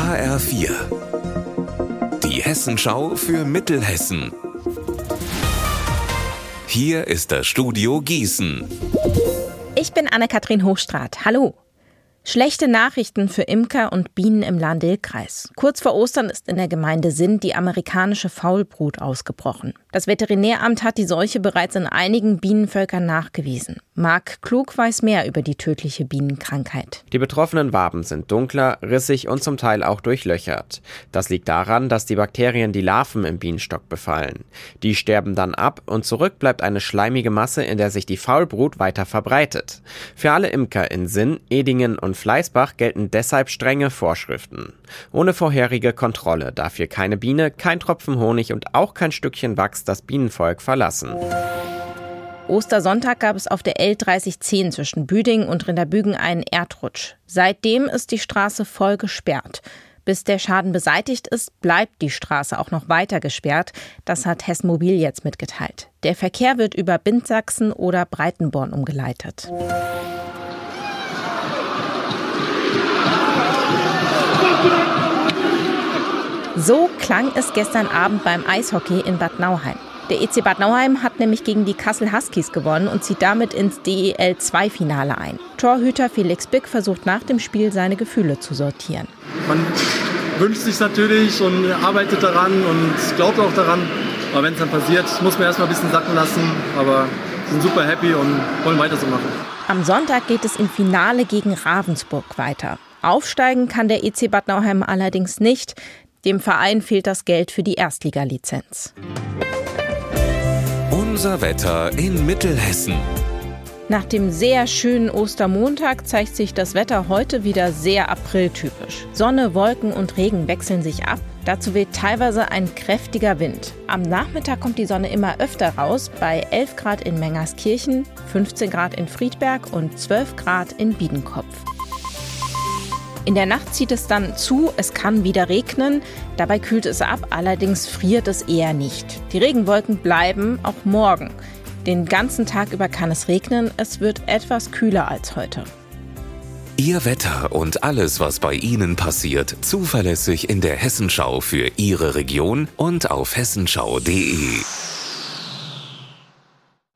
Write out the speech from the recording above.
HR4. Die Hessenschau für Mittelhessen. Hier ist das Studio Gießen. Ich bin Anne-Kathrin Hochstraat. Hallo. Schlechte Nachrichten für Imker und Bienen im Lahn-Dill-Kreis. Kurz vor Ostern ist in der Gemeinde Sinn die amerikanische Faulbrut ausgebrochen. Das Veterinäramt hat die Seuche bereits in einigen Bienenvölkern nachgewiesen. Marc Klug weiß mehr über die tödliche Bienenkrankheit. Die betroffenen Waben sind dunkler, rissig und zum Teil auch durchlöchert. Das liegt daran, dass die Bakterien die Larven im Bienenstock befallen. Die sterben dann ab und zurück bleibt eine schleimige Masse, in der sich die Faulbrut weiter verbreitet. Für alle Imker in Sinn, Edingen und Fleißbach gelten deshalb strenge Vorschriften. Ohne vorherige Kontrolle darf hier keine Biene, kein Tropfen Honig und auch kein Stückchen Wachs das Bienenvolk verlassen. Ostersonntag gab es auf der L3010 zwischen Büdingen und Rinderbügen einen Erdrutsch. Seitdem ist die Straße voll gesperrt. Bis der Schaden beseitigt ist, bleibt die Straße auch noch weiter gesperrt. Das hat Hessen Mobil jetzt mitgeteilt. Der Verkehr wird über Bindsachsen oder Breitenborn umgeleitet. So klang es gestern Abend beim Eishockey in Bad Nauheim. Der EC Bad Nauheim hat nämlich gegen die Kassel Huskies gewonnen und zieht damit ins DEL-2-Finale ein. Torhüter Felix Bick versucht nach dem Spiel seine Gefühle zu sortieren. Man wünscht sich natürlich und arbeitet daran und glaubt auch daran. Aber wenn es dann passiert, muss man erstmal ein bisschen sacken lassen. Aber wir sind super happy und wollen weiter so machen. Am Sonntag geht es im Finale gegen Ravensburg weiter. Aufsteigen kann der EC Bad Nauheim allerdings nicht. Dem Verein fehlt das Geld für die Erstligalizenz. Unser Wetter in Mittelhessen. Nach dem sehr schönen Ostermontag zeigt sich das Wetter heute wieder sehr apriltypisch. Sonne, Wolken und Regen wechseln sich ab. Dazu weht teilweise ein kräftiger Wind. Am Nachmittag kommt die Sonne immer öfter raus, bei 11 Grad in Mengerskirchen, 15 Grad in Friedberg und 12 Grad in Biedenkopf. In der Nacht zieht es dann zu, es kann wieder regnen. Dabei kühlt es ab, allerdings friert es eher nicht. Die Regenwolken bleiben auch morgen. Den ganzen Tag über kann es regnen, es wird etwas kühler als heute. Ihr Wetter und alles, was bei Ihnen passiert, zuverlässig in der Hessenschau für Ihre Region und auf hessenschau.de.